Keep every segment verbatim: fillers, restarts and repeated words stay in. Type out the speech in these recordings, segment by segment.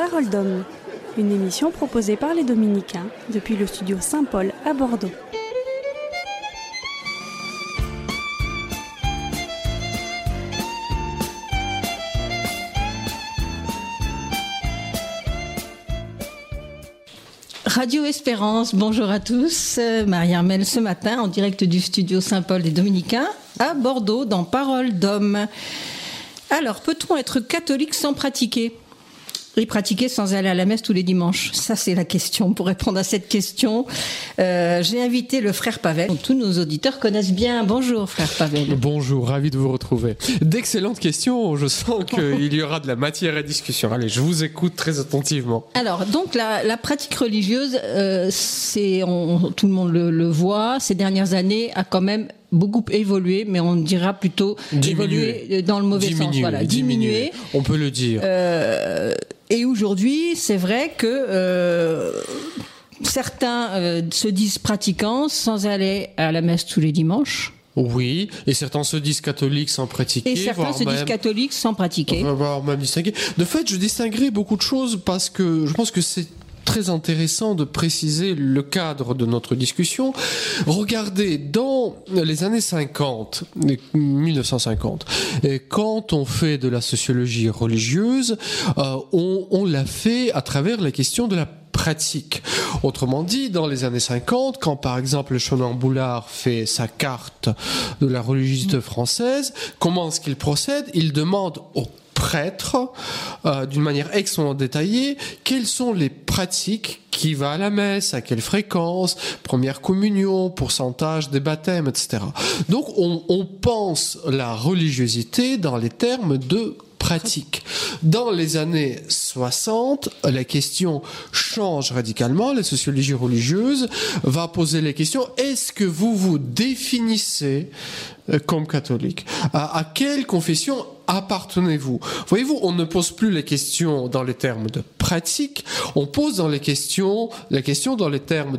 Parole d'homme, une émission proposée par les Dominicains depuis le studio Saint-Paul à Bordeaux. Radio Espérance, bonjour à tous. Marie-Armelle ce matin en direct du studio Saint-Paul des Dominicains à Bordeaux dans Parole d'homme. Alors, peut-on être catholique sans pratiquer ? Et pratiquer sans aller à la messe tous les dimanches? Ça, c'est la question. Pour répondre à cette question, euh, j'ai invité le frère Pavel. Donc, tous nos auditeurs connaissent bien. Bonjour, frère Pavel. Bonjour, ravi de vous retrouver. D'excellentes questions. Je sens qu'il y aura de la matière à discussion. Allez, je vous écoute très attentivement. Alors, donc, la, la pratique religieuse, euh, c'est, on, tout le monde le, le voit, ces dernières années, a quand même beaucoup évolué, mais on dira plutôt diminuer. évoluer dans le mauvais diminuer, sens. Voilà, diminuer. diminuer. On peut le dire. Euh, et aujourd'hui, c'est vrai que euh, certains euh, se disent pratiquants sans aller à la messe tous les dimanches. Oui, et certains se disent catholiques sans pratiquer. Et certains se même, disent catholiques sans pratiquer. Voire même distinguer. De fait, je distinguerai beaucoup de choses parce que je pense que c'est très intéressant de préciser le cadre de notre discussion. Regardez, dans les années cinquante, dix-neuf cent cinquante, et quand on fait de la sociologie religieuse, euh, on, on l'a fait à travers la question de la pratique. Autrement dit, dans les années cinquante, quand par exemple Chenin Boulard fait sa carte de la religiosité française, comment est-ce qu'il procède ? Il demande au prêtre, euh, d'une manière extrêmement détaillée, quelles sont les pratiques, qui va à la messe, à quelle fréquence, première communion, pourcentage des baptêmes, et cetera. Donc on, on pense la religiosité dans les termes de pratique. Dans les années soixante, la question change radicalement. La sociologie religieuse va poser les questions: est-ce que vous vous définissez comme catholique ? À, à quelle confession appartenez-vous ? Voyez-vous, on ne pose plus les questions dans les termes de pratique, on pose dans les questions, les questions dans les termes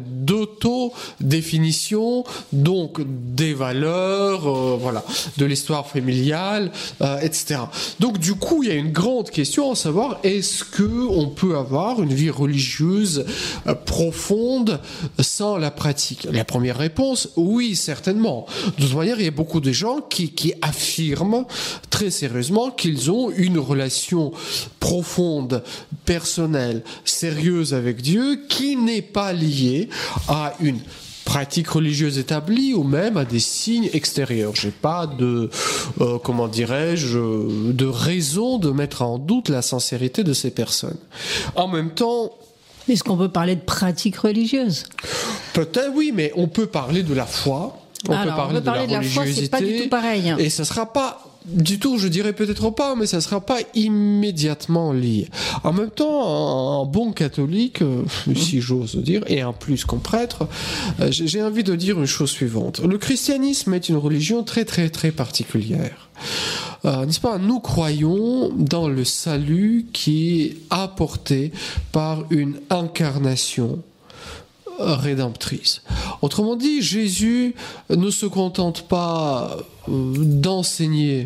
d'auto-définition, donc des valeurs, euh, voilà, de l'histoire familiale, euh, et cetera. Donc du coup, il y a une grande question à savoir: est-ce que on peut avoir une vie religieuse euh, profonde sans la pratique ? La première réponse, oui, certainement. De toute manière, il y a beaucoup de gens qui, qui affirment très sérieusement qu'ils ont une relation profonde, personnelle, sérieuse avec Dieu, qui n'est pas liée à une pratique religieuse établie ou même à des signes extérieurs. J'ai pas de, euh, comment dirais-je, de raison de mettre en doute la sincérité de ces personnes. En même temps, est-ce qu'on peut parler de pratique religieuse ? Peut-être oui, mais on peut parler de la foi. On Alors, peut parler, on peut parler de la de la foi, c'est pas du tout pareil. Et ça sera pas du tout, je dirais peut-être pas, mais ça sera pas immédiatement lié. En même temps, un bon catholique, euh, si j'ose dire, et un plus qu'un prêtre, euh, j'ai envie de dire une chose suivante. Le christianisme est une religion très très très particulière. Euh, n'est-ce pas ? Nous croyons dans le salut qui est apporté par une incarnation rédemptrice. Autrement dit, Jésus ne se contente pas d'enseigner,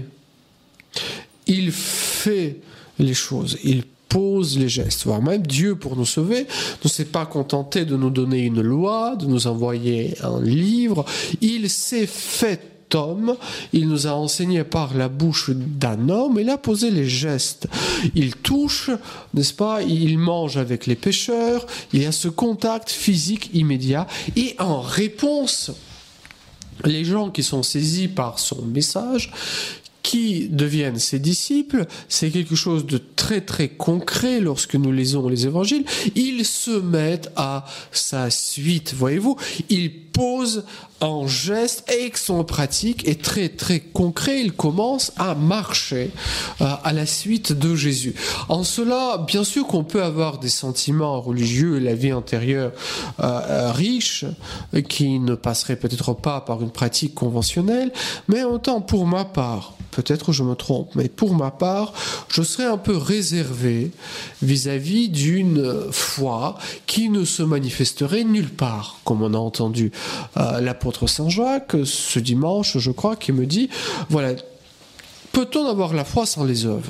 il fait les choses, il pose les gestes. Voire même Dieu, pour nous sauver, ne s'est pas contenté de nous donner une loi, de nous envoyer un livre, il s'est fait homme, il nous a enseigné par la bouche d'un homme, il a posé les gestes. Il touche, n'est-ce pas ? Il mange avec les pécheurs, il y a ce contact physique immédiat, et en réponse, les gens qui sont saisis par son message, qui deviennent ses disciples, c'est quelque chose de très très concret lorsque nous lisons les évangiles. Ils se mettent à sa suite, voyez-vous. Ils posent un geste extrêmement pratique et très très concret. Ils commencent à marcher euh, à la suite de Jésus. En cela, bien sûr qu'on peut avoir des sentiments religieux et la vie intérieure euh, riche, qui ne passerait peut-être pas par une pratique conventionnelle, mais en même temps, pour ma part, peut-être je me trompe, mais pour ma part, je serais un peu réservé vis-à-vis d'une foi qui ne se manifesterait nulle part, comme on a entendu euh, l'apôtre Saint Jacques ce dimanche, je crois, qui me dit, voilà, peut-on avoir la foi sans les œuvres ?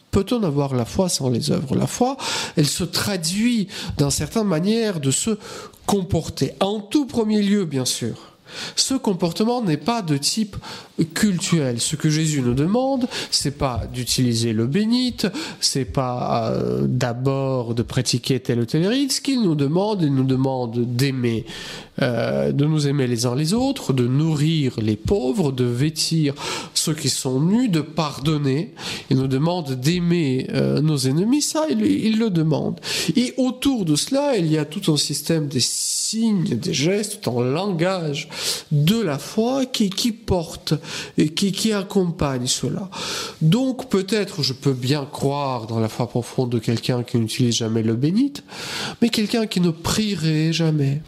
Peut-on avoir la foi sans les œuvres? La foi, elle se traduit dans certaines manières de se comporter. En tout premier lieu, bien sûr, ce comportement n'est pas de type cultuel. Ce que Jésus nous demande, c'est pas d'utiliser l'eau bénite, c'est pas euh, d'abord de pratiquer tel ou tel rite. Ce qu'il nous demande, il nous demande d'aimer, euh, de nous aimer les uns les autres, de nourrir les pauvres, de vêtir ceux qui sont nus, de pardonner. Il nous demande d'aimer euh, nos ennemis. Ça, il, il le demande. Et autour de cela, il y a tout un système des signes, des gestes, tout un langage de la foi qui, qui porte et qui, qui accompagne cela. Donc peut-être je peux bien croire dans la foi profonde de quelqu'un qui n'utilise jamais le bénite, mais quelqu'un qui ne prierait jamais.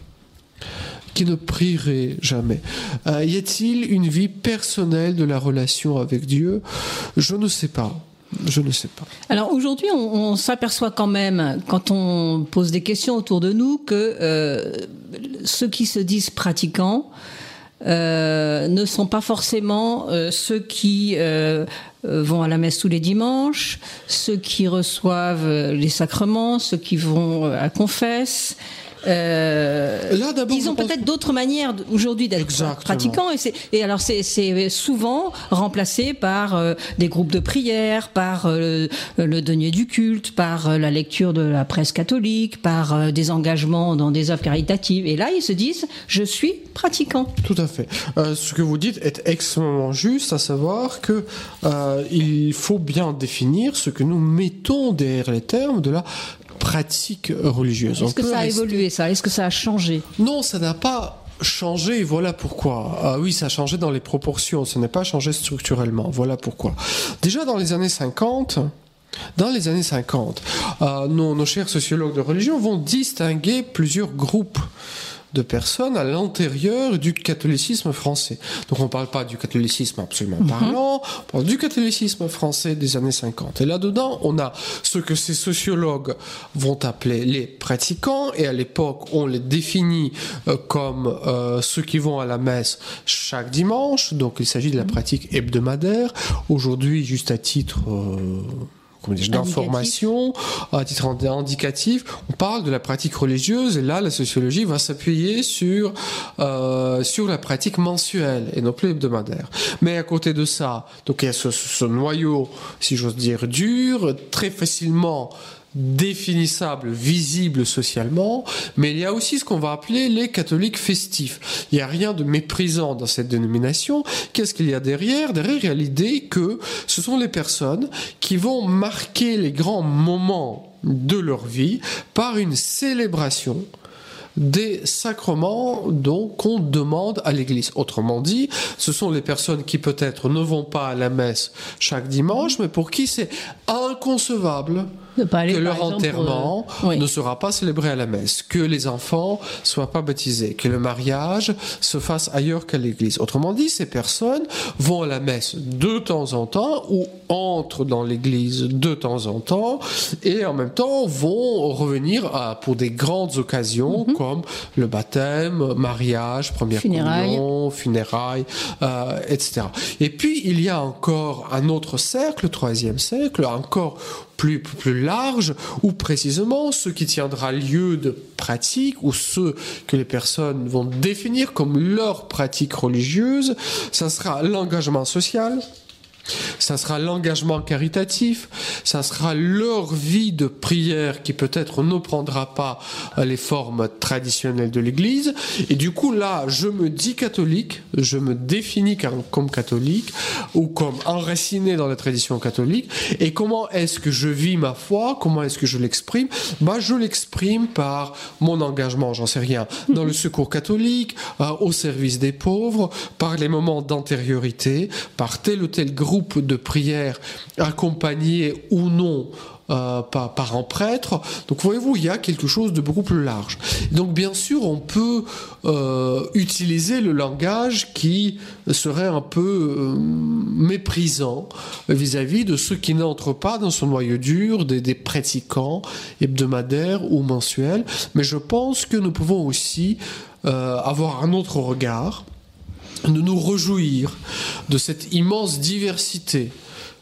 Qui ne prierait jamais. Euh, y a-t-il une vie personnelle de la relation avec Dieu? Je ne sais pas. Je ne sais pas. Alors aujourd'hui, on, on s'aperçoit quand même, quand on pose des questions autour de nous, que euh, ceux qui se disent pratiquants euh, ne sont pas forcément euh, ceux qui euh, vont à la messe tous les dimanches, ceux qui reçoivent les sacrements, ceux qui vont à la confesse. Euh, Là, ils ont peut-être pense... d'autres manières aujourd'hui d'être Exactement. pratiquants et, c'est, et alors c'est, c'est souvent remplacé par euh, des groupes de prière, par euh, le denier du culte, par euh, la lecture de la presse catholique, par euh, des engagements dans des œuvres caritatives. Et là, ils se disent « je suis pratiquant ». Tout à fait. Euh, ce que vous dites est extrêmement juste, à savoir que euh, il faut bien définir ce que nous mettons derrière les termes de la pratique religieuse. Est-ce que ça a rester... évolué, ça? Est-ce que ça a changé? Non, ça n'a pas changé, voilà pourquoi. Ah oui, ça a changé dans les proportions, ça n'a pas changé structurellement, voilà pourquoi. Déjà dans les années cinquante, dans les années cinquante, euh, nos, nos chers sociologues de religion vont distinguer plusieurs groupes de personnes à l'intérieur du catholicisme français. Donc on ne parle pas du catholicisme absolument parlant, on parle du catholicisme français des années cinquante. Et là-dedans, on a ce que ces sociologues vont appeler les pratiquants, et à l'époque, on les définit euh, comme euh, ceux qui vont à la messe chaque dimanche, donc il s'agit de la pratique hebdomadaire. Aujourd'hui, juste à titre... Euh, Comment dire, d'information, à titre indicatif, on parle de la pratique religieuse, et là, la sociologie va s'appuyer sur euh, sur la pratique mensuelle et non plus hebdomadaire. Mais à côté de ça, donc il y a ce, ce noyau, si j'ose dire, dur, très facilement définissable, visible socialement, mais il y a aussi ce qu'on va appeler les catholiques festifs. Il n'y a rien de méprisant dans cette dénomination. Qu'est-ce qu'il y a derrière? Derrière, il y a l'idée que ce sont les personnes qui vont marquer les grands moments de leur vie par une célébration des sacrements donc qu'on demande à l'Église. Autrement dit, ce sont les personnes qui peut-être ne vont pas à la messe chaque dimanche, mais pour qui c'est inconcevable de pas aller, que leur exemple, enterrement euh, oui. ne sera pas célébré à la messe, que les enfants soient pas baptisés, que le mariage se fasse ailleurs qu'à l'église. Autrement dit, ces personnes vont à la messe de temps en temps ou entrent dans l'église de temps en temps et en même temps vont revenir à, pour des grandes occasions mm-hmm. comme le baptême, mariage, première funérailles. communion, funérailles, euh, et cetera. Et puis, il y a encore un autre cercle, le troisième cercle, encore Plus, plus large, ou précisément ce qui tiendra lieu de pratique, ou ce que les personnes vont définir comme leur pratique religieuse, ça sera l'engagement social, ça sera l'engagement caritatif, ça sera leur vie de prière qui peut-être ne prendra pas les formes traditionnelles de l'Église. Et du coup, là, je me dis catholique, je me définis comme catholique ou comme enraciné dans la tradition catholique. Et comment est-ce que je vis ma foi? Comment est-ce que je l'exprime? Bah, je l'exprime par mon engagement, j'en sais rien, dans le secours catholique, euh, au service des pauvres, par les moments d'antériorité, par tel ou tel groupe de prière accompagné ou non euh, par, par un prêtre. Donc voyez-vous, il y a quelque chose de beaucoup plus large. Donc bien sûr, on peut euh, utiliser le langage qui serait un peu euh, méprisant vis-à-vis de ceux qui n'entrent pas dans ce noyau dur des, des pratiquants hebdomadaires ou mensuels. Mais je pense que nous pouvons aussi euh, avoir un autre regard, de nous réjouir de cette immense diversité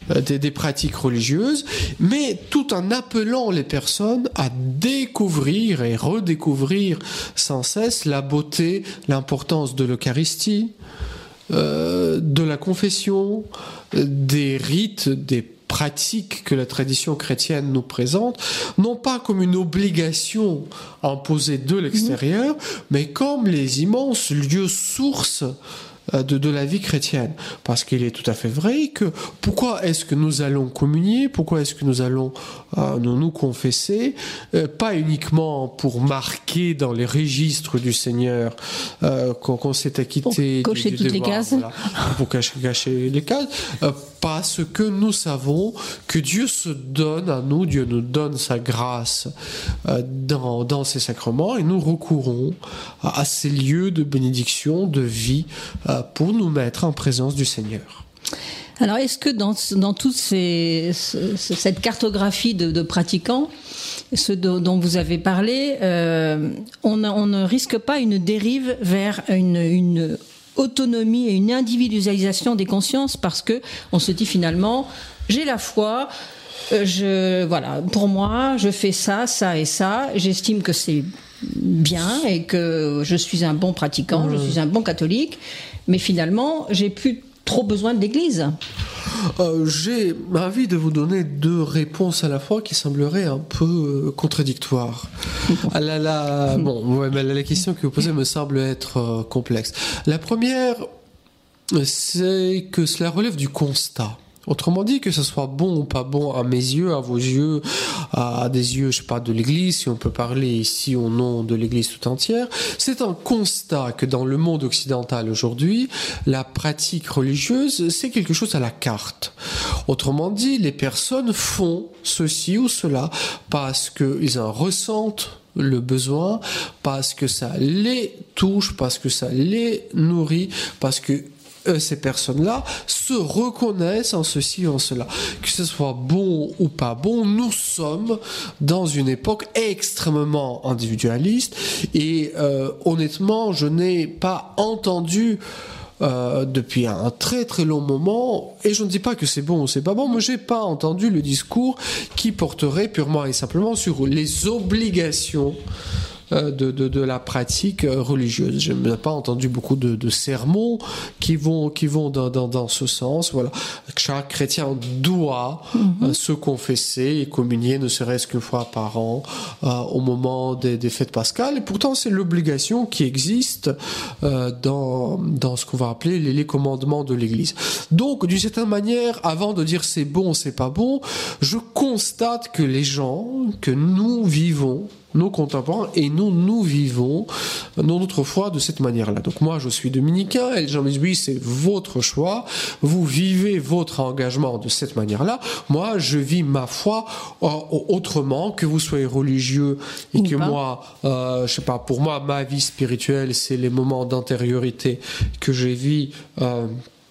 euh, des, des pratiques religieuses, mais tout en appelant les personnes à découvrir et redécouvrir sans cesse la beauté, l'importance de l'Eucharistie, euh, de la confession, des rites, des pratiques que la tradition chrétienne nous présente, non pas comme une obligation imposée de l'extérieur, mmh. mais comme les immenses lieux sources De, de la vie chrétienne. Parce qu'il est tout à fait vrai que pourquoi est-ce que nous allons communier, pourquoi est-ce que nous allons euh, nous, nous confesser, euh, pas uniquement pour marquer dans les registres du Seigneur euh, qu'on, qu'on s'est acquitté pour cocher du, du toutes devoir, les cases, voilà, pour cacher, cacher les cases, euh, parce que nous savons que Dieu se donne à nous, Dieu nous donne sa grâce euh, dans, dans ces sacrements, et nous recourons à, à ces lieux de bénédiction, de vie, euh, pour nous mettre en présence du Seigneur. Alors, est-ce que dans, dans toute ces, ce, cette cartographie de, de pratiquants, ce dont, dont vous avez parlé, euh, on, a, on ne risque pas une dérive vers une, une autonomie et une individualisation des consciences, parce que on se dit finalement, j'ai la foi, je, voilà, pour moi, je fais ça, ça et ça, j'estime que c'est bien et que je suis un bon pratiquant, mmh. je suis un bon catholique, mais finalement, j'ai plus trop besoin de l'Église. Euh, j'ai envie de vous donner deux réponses à la fois qui sembleraient un peu euh, contradictoires. la, la, la, bon, ouais, mais la, la question que vous posez me semble être euh, complexe. La première, c'est que cela relève du constat. Autrement dit, que ce soit bon ou pas bon à mes yeux, à vos yeux, à des yeux, je sais pas, de l'Église, si on peut parler ici au nom de l'Église tout entière, c'est un constat que dans le monde occidental aujourd'hui, la pratique religieuse, c'est quelque chose à la carte. Autrement dit, les personnes font ceci ou cela parce qu'ils en ressentent le besoin, parce que ça les touche, parce que ça les nourrit, parce que ces personnes-là se reconnaissent en ceci ou en cela. Que ce soit bon ou pas bon, nous sommes dans une époque extrêmement individualiste et euh, honnêtement, je n'ai pas entendu Euh, depuis un très très long moment, et je ne dis pas que c'est bon ou c'est pas bon, mais j'ai pas entendu le discours qui porterait purement et simplement sur les obligations De, de, de la pratique religieuse. Je n'ai pas entendu beaucoup de, de sermons qui vont, qui vont dans, dans, dans ce sens. Voilà. Chaque chrétien doit mm-hmm. euh, se confesser et communier, ne serait-ce qu'une fois par an, euh, au moment des, des fêtes pascales. Et pourtant, c'est l'obligation qui existe euh, dans, dans ce qu'on va appeler les, les commandements de l'Église. Donc, d'une certaine manière, avant de dire c'est bon, c'est pas bon, je constate que les gens, que nous vivons, nos contemporains, et nous, nous vivons notre foi de cette manière-là. Donc moi, je suis dominicain, et les gens me disent, oui, c'est votre choix, vous vivez votre engagement de cette manière-là. Moi, je vis ma foi autrement, que vous soyez religieux, et que moi, euh, je sais pas, pour moi, ma vie spirituelle, c'est les moments d'antériorité que je vis, euh,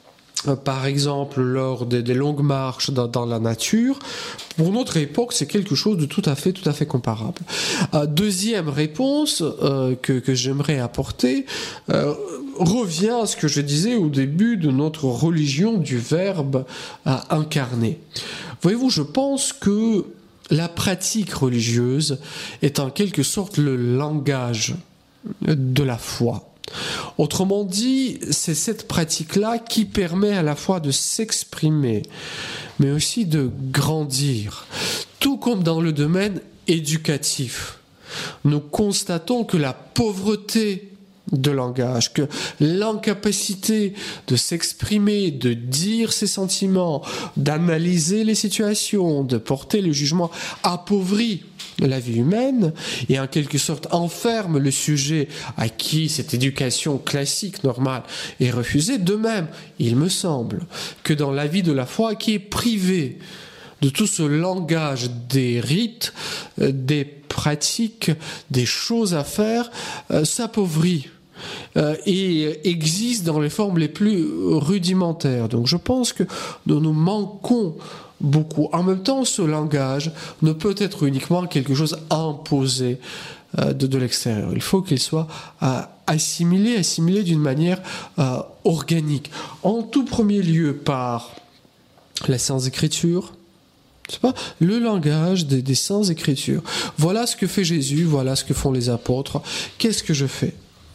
par exemple lors des, des longues marches dans, dans la nature. Pour notre époque, c'est quelque chose de tout à fait, tout à fait comparable. Euh, deuxième réponse euh, que, que j'aimerais apporter euh, revient à ce que je disais au début de notre religion du Verbe euh, incarné. Voyez-vous, je pense que la pratique religieuse est en quelque sorte le langage de la foi. Autrement dit, c'est cette pratique-là qui permet à la fois de s'exprimer, mais aussi de grandir. Tout comme dans le domaine éducatif, nous constatons que la pauvreté de langage, que l'incapacité de s'exprimer, de dire ses sentiments, d'analyser les situations, de porter le jugement appauvrit la vie humaine et en quelque sorte enferme le sujet à qui cette éducation classique normale est refusée. De même, il me semble que dans la vie de la foi qui est privée de tout ce langage des rites, des pratiques, des choses à faire, euh, s'appauvrit euh, et existe dans les formes les plus rudimentaires. Donc je pense que nous nous manquons beaucoup. En même temps, ce langage ne peut être uniquement quelque chose imposé euh, de, de l'extérieur. Il faut qu'il soit euh, assimilé, assimilé d'une manière euh, organique. En tout premier lieu par les Saintes Écritures. C'est pas le langage des, des Saintes Écritures. Voilà ce que fait Jésus, voilà ce que font les apôtres. Qu'est-ce que je fais ?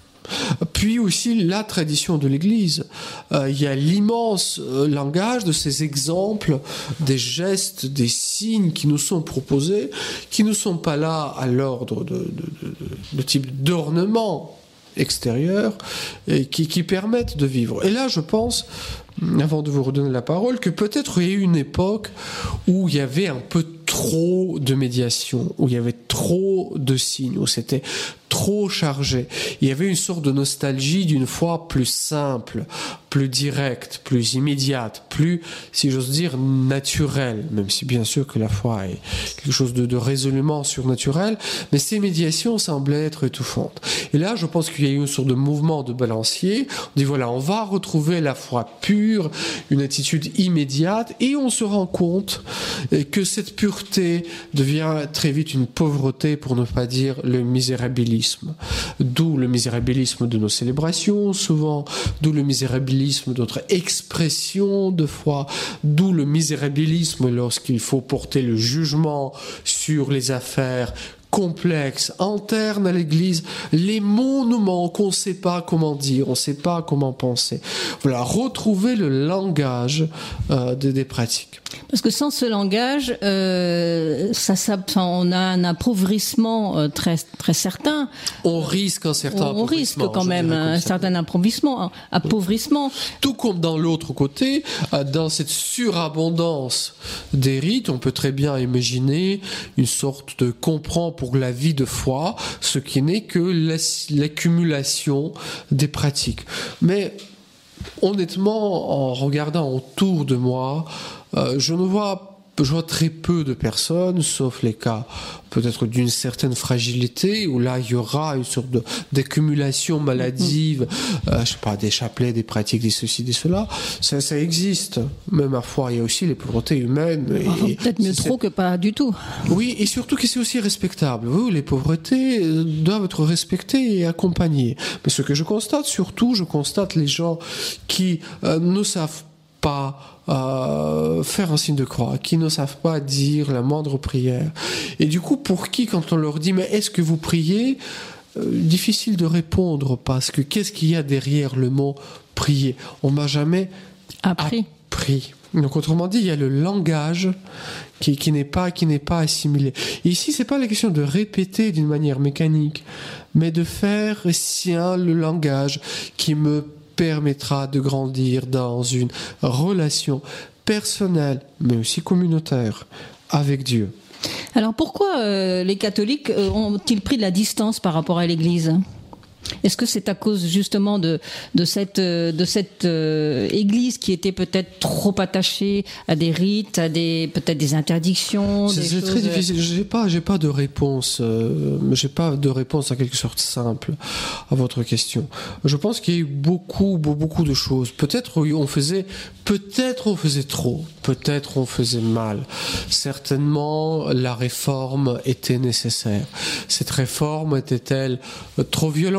Puis aussi la tradition de l'Église. Euh, il y a l'immense euh, langage de ces exemples, des gestes, des signes qui nous sont proposés, qui ne sont pas là à l'ordre de, de, de, de, de type d'ornement extérieur, et qui, qui permettent de vivre. Et là, je pense, avant de vous redonner la parole, que peut-être il y a eu une époque où il y avait un peu trop de médiation, où il y avait trop de signes, où c'était trop chargé. Il y avait une sorte de nostalgie d'une foi plus simple, plus directe, plus immédiate, plus, si j'ose dire, naturelle, même si bien sûr que la foi est quelque chose de, de résolument surnaturel, mais ces médiations semblaient être étouffantes. Et là, je pense qu'il y a eu une sorte de mouvement de balancier. On dit voilà, on va retrouver la foi pure, une attitude immédiate, et on se rend compte que cette pureté devient très vite une pauvreté, pour ne pas dire le misérabilisme. D'où le misérabilisme de nos célébrations, souvent, d'où le misérabilisme de notre expression de foi, d'où le misérabilisme lorsqu'il faut porter le jugement sur les affaires complexes, internes à l'Église. Les mots nous manquent, on ne sait pas comment dire, on ne sait pas comment penser. Voilà, retrouver le langage euh, des, des pratiques. Parce que sans ce langage, euh, ça, ça, on a un appauvrissement euh, très, très certain. On risque un certain on, on risque quand même un ça. certain appauvrissement, appauvrissement. Tout comme dans l'autre côté, dans cette surabondance des rites, on peut très bien imaginer une sorte de comprend pour la vie de foi, ce qui n'est que l'accumulation des pratiques. Mais honnêtement, en regardant autour de moi, euh, je ne vois je vois très peu de personnes, sauf les cas peut-être d'une certaine fragilité, où là il y aura une sorte de, d'accumulation maladive, euh, je sais pas, des chapelets, des pratiques, des ceci, des cela. Ça, ça existe. Mais ma foi, il y a aussi les pauvretés humaines. Et, enfin, peut-être mieux trop que pas du tout. Oui, et surtout que c'est aussi respectable. Oui, les pauvretés doivent être respectées et accompagnées. Mais ce que je constate, surtout, je constate les gens qui euh, ne savent pas Euh, faire un signe de croix, qui ne savent pas dire la moindre prière. Et du coup, pour qui, quand on leur dit « mais est-ce que vous priez ?» euh, difficile de répondre, parce que qu'est-ce qu'il y a derrière le mot « prier » ? On m'a jamais appris. appris. Donc autrement dit, il y a le langage qui, qui n'est pas, qui n'est pas assimilé. Et ici, c'est pas la question de répéter d'une manière mécanique, mais de faire sien le langage qui me permettra de grandir dans une relation personnelle, mais aussi communautaire, avec Dieu. Alors pourquoi euh, les catholiques euh, ont-ils pris de la distance par rapport à l'Église ? Est-ce que c'est à cause justement de, de cette, de cette euh, Église qui était peut-être trop attachée à des rites, à des, peut-être des interdictions C'est, des c'est choses... très difficile. J'ai pas, j'ai pas de réponse. Euh, j'ai pas de réponse en quelque sorte simple à votre question. Je pense qu'il y a eu beaucoup, beaucoup de choses. Peut-être on faisait, peut-être on faisait trop. Peut-être on faisait mal. Certainement, la réforme était nécessaire. Cette réforme était-elle trop violente ?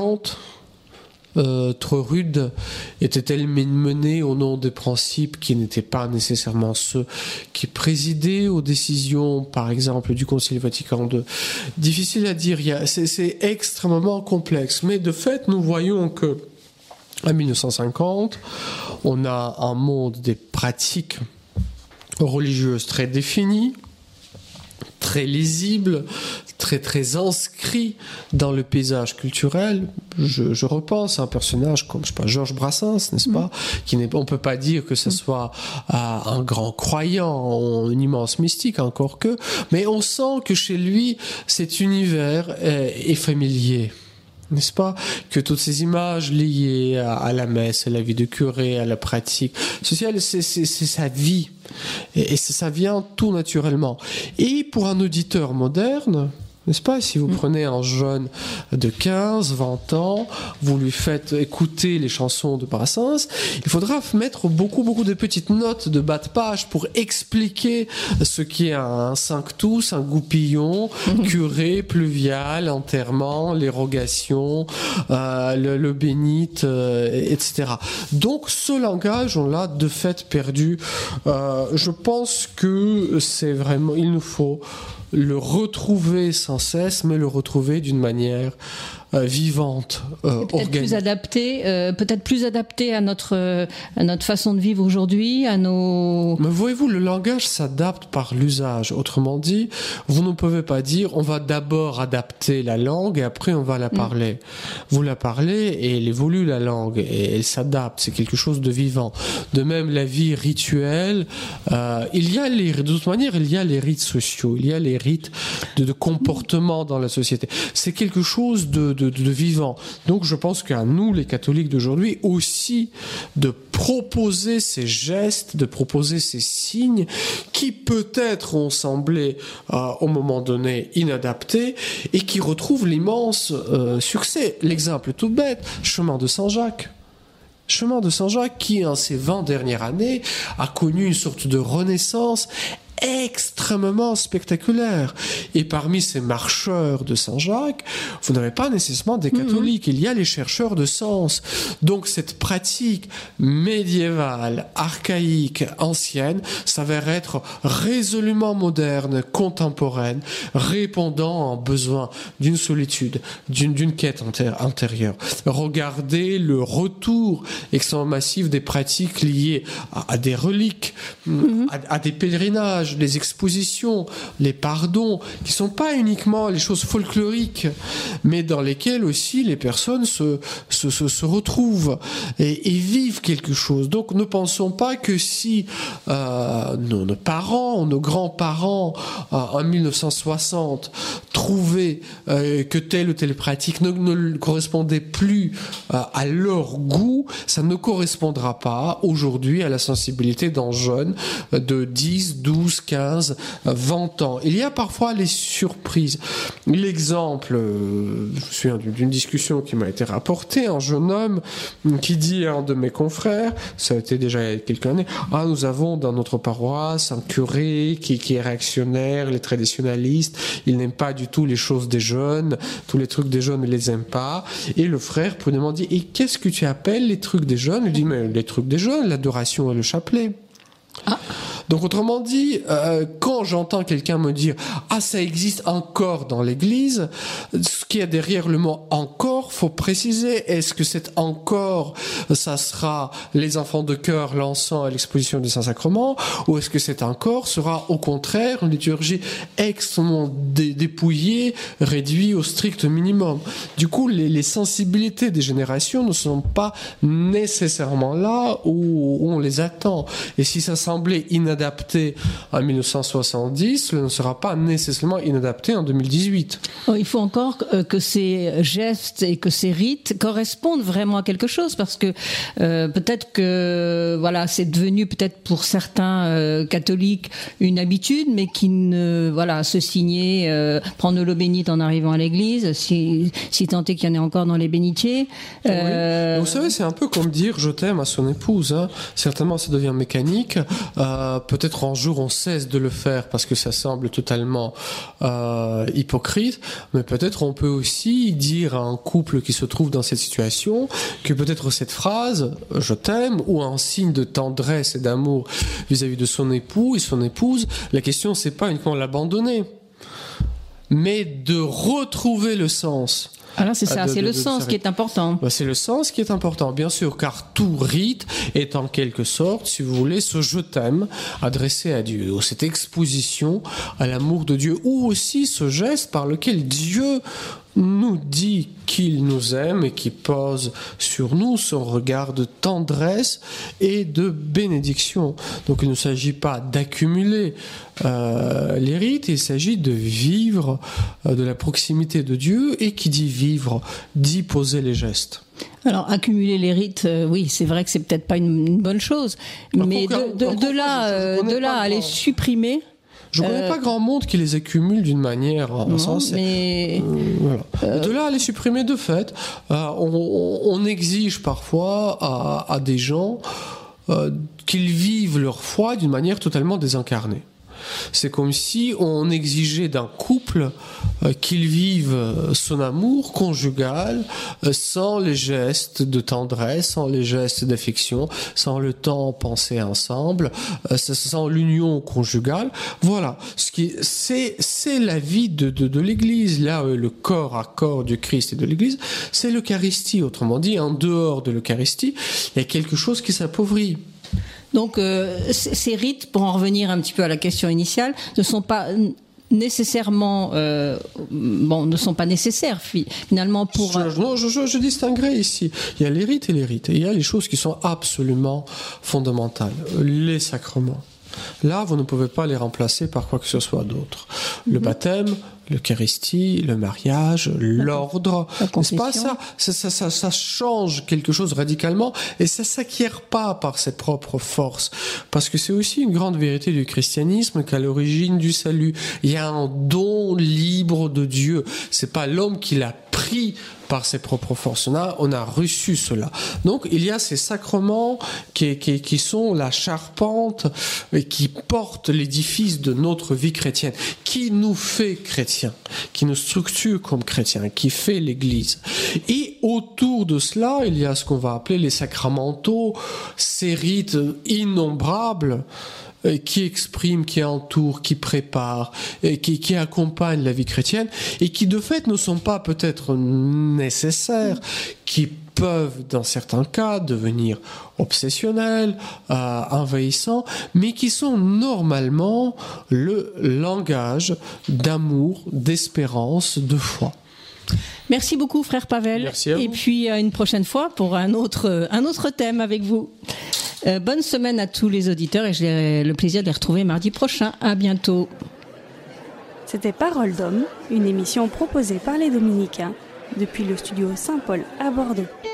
Euh, trop rude? Était-elle menée au nom des principes qui n'étaient pas nécessairement ceux qui présidaient aux décisions, par exemple, du Concile Vatican deux? Difficile à dire, il y a, c'est, c'est extrêmement complexe, mais de fait, nous voyons que en dix-neuf cent cinquante, on a un monde des pratiques religieuses très définies, très lisible, très très inscrit dans le paysage culturel. Je, je repense à un personnage comme je sais pas Georges Brassens, n'est-ce pas, mmh. qui n'est, on peut pas dire que ce soit euh, un grand croyant, un immense mystique, encore que, mais on sent que chez lui cet univers est, est familier. N'est-ce pas, que toutes ces images liées à, à la messe, à la vie de curé, à la pratique sociale, c'est, c'est, c'est sa vie. Et, et ça vient tout naturellement. Et pour un auditeur moderne, N'est-ce pas? Si vous prenez un jeune de quinze, vingt ans, vous lui faites écouter les chansons de Brassens, il faudra mettre beaucoup, beaucoup de petites notes de bas de page pour expliquer ce qu'est un cinq-tous, un goupillon, curé, pluvial, enterrement, l'érogation, euh, le, le bénite, euh, et cetera. Donc, ce langage, on l'a de fait perdu. Euh, je pense que c'est vraiment, il nous faut le retrouver sans cesse, mais le retrouver d'une manière euh, vivante, euh, peut-être organique. plus adapté, euh, peut-être plus adapté à notre euh, à notre façon de vivre aujourd'hui, à nos. Mais voyez-vous, le langage s'adapte par l'usage. Autrement dit, vous ne pouvez pas dire on va d'abord adapter la langue et après on va la parler. Mmh. Vous la parlez et elle évolue la langue et elle s'adapte. C'est quelque chose de vivant. De même, la vie rituelle, euh, il y a les de toute manière il y a les rites sociaux, il y a les rites de, de comportement dans la société. C'est quelque chose de, de, de vivant. Donc je pense qu'à nous, les catholiques d'aujourd'hui, aussi de proposer ces gestes, de proposer ces signes qui peut-être ont semblé euh, au moment donné inadaptés et qui retrouvent l'immense euh, succès. L'exemple tout bête, chemin de Saint-Jacques. Chemin de Saint-Jacques qui, en ces vingt dernières années, a connu une sorte de renaissance extrêmement spectaculaire. Et parmi ces marcheurs de Saint-Jacques, vous n'avez pas nécessairement des catholiques. Mmh. Il y a les chercheurs de sens. Donc cette pratique médiévale, archaïque, ancienne, s'avère être résolument moderne, contemporaine, répondant en besoin d'une solitude, d'une, d'une quête intérieure. Regardez le retour extrêmement massif des pratiques liées à, à des reliques, mmh. à, à des pèlerinages, les expositions, les pardons, qui ne sont pas uniquement les choses folkloriques, mais dans lesquelles aussi les personnes se, se, se, se retrouvent et, et vivent quelque chose. Donc ne pensons pas que si euh, nos, nos parents ou nos grands-parents euh, en mille neuf cent soixante trouvaient euh, que telle ou telle pratique ne, ne correspondait plus euh, à leur goût, ça ne correspondra pas aujourd'hui à la sensibilité d'un jeune de dix, douze, quinze, vingt ans. Il y a parfois les surprises. L'exemple, euh, je me souviens d'une discussion qui m'a été rapportée, un jeune homme qui dit à un de mes confrères, ça a été déjà il y a quelques années, ah, nous avons dans notre paroisse un curé qui, qui est réactionnaire, les traditionnalistes, il n'aime pas du tout les choses des jeunes, tous les trucs des jeunes, il les aime pas. Et le frère prudemment dit, et qu'est-ce que tu appelles les trucs des jeunes? Il dit, mais les trucs des jeunes, l'adoration et le chapelet. Ah. Donc autrement dit, euh, quand j'entends quelqu'un me dire « Ah, ça existe encore dans l'Église », ce qu'il y a derrière le mot « encore », faut préciser, est-ce que c'est « encore », ça sera les enfants de chœur, l'encens et l'exposition des Saints-Sacrements, ou est-ce que c'est « encore » sera au contraire une liturgie extrêmement dé- dépouillée, réduite au strict minimum. Du coup, les, les sensibilités des générations ne sont pas nécessairement là où, où on les attend. Et si ça semblait inadapté en mille neuf cent soixante-dix, ce ne sera pas nécessairement inadapté en deux mille dix-huit. Il faut encore que ces gestes et que ces rites correspondent vraiment à quelque chose, parce que euh, peut-être que voilà, c'est devenu peut-être pour certains euh, catholiques une habitude, mais qui ne voilà se signer, euh, prendre l'eau bénite en arrivant à l'église, si, si tant est qu'il y en ait encore dans les bénitiers. Euh... Oui. Vous savez, c'est un peu comme dire je t'aime à son épouse. Hein. Certainement, ça devient mécanique. Euh, peut-être un jour on cesse de le faire parce que ça semble totalement euh, hypocrite, mais peut-être on peut aussi dire à un couple qui se trouve dans cette situation que peut-être cette phrase « je t'aime » ou un signe de tendresse et d'amour vis-à-vis de son époux et son épouse, la question c'est pas uniquement l'abandonner, mais de retrouver le sens. Alors c'est ça, de, c'est de, le de, sens de qui est important. C'est le sens qui est important, bien sûr, car tout rite est en quelque sorte, si vous voulez, ce je t'aime adressé à Dieu, ou cette exposition à l'amour de Dieu, ou aussi ce geste par lequel Dieu nous dit qu'il nous aime et qui pose sur nous son regard de tendresse et de bénédiction. Donc il ne s'agit pas d'accumuler euh, les rites, il s'agit de vivre euh, de la proximité de Dieu, et qui dit vivre, dit poser les gestes. Alors, accumuler les rites, euh, oui, c'est vrai que c'est peut-être pas une, une bonne chose, alors mais pourquoi, de, de, de là, euh, de là à les supprimer... Je ne connais Euh, pas grand monde qui les accumule d'une manière non, insensée. mais Euh, voilà. Euh, De là à les supprimer de fait, euh, on, on exige parfois à, à des gens euh, qu'ils vivent leur foi d'une manière totalement désincarnée. C'est comme si on exigeait d'un couple euh, qu'il vive son amour conjugal euh, sans les gestes de tendresse, sans les gestes d'affection, sans le temps pensé ensemble, euh, sans l'union conjugale. Voilà, ce qui c'est c'est la vie de de, de l'Église. Là, euh, le corps à corps du Christ et de l'Église, c'est l'Eucharistie. Autrement dit, en dehors de l'Eucharistie, il y a quelque chose qui s'appauvrit. donc euh, c- ces rites, pour en revenir un petit peu à la question initiale, ne sont pas nécessairement, euh, bon, ne sont pas nécessaires fi- finalement pour. Je, non, je, je, je distinguerai ici. Il y a les rites et les rites. Et il y a les choses qui sont absolument fondamentales. Les sacrements. Là, vous ne pouvez pas les remplacer par quoi que ce soit d'autre. Le Mhm. baptême, l'Eucharistie, le mariage, l'ordre, La n'est-ce confession. pas ça ça, ça, ça ça change quelque chose radicalement et ça s'acquiert pas par ses propres forces. Parce que c'est aussi une grande vérité du christianisme qu'à l'origine du salut, il y a un don libre de Dieu. C'est pas l'homme qui l'a pris par ses propres forces. On a, on a reçu cela. Donc, il y a ces sacrements qui, qui, qui sont la charpente et qui portent l'édifice de notre vie chrétienne, qui nous fait chrétiens, qui nous structure comme chrétiens, qui fait l'Église. Et autour de cela, il y a ce qu'on va appeler les sacramentaux, ces rites innombrables euh, qui expriment, qui entourent, qui préparent, et qui, qui accompagnent la vie chrétienne et qui de fait ne sont pas peut-être nécessaires, qui peuvent dans certains cas devenir obsessionnels, euh, envahissants, mais qui sont normalement le langage d'amour, d'espérance, de foi. Merci beaucoup, frère Pavel. Merci à Et vous. puis à une prochaine fois pour un autre, un autre thème avec vous. Euh, bonne semaine à tous les auditeurs et j'ai le plaisir de les retrouver mardi prochain. À bientôt. C'était Parole d'homme, une émission proposée par les Dominicains depuis le studio Saint-Paul à Bordeaux.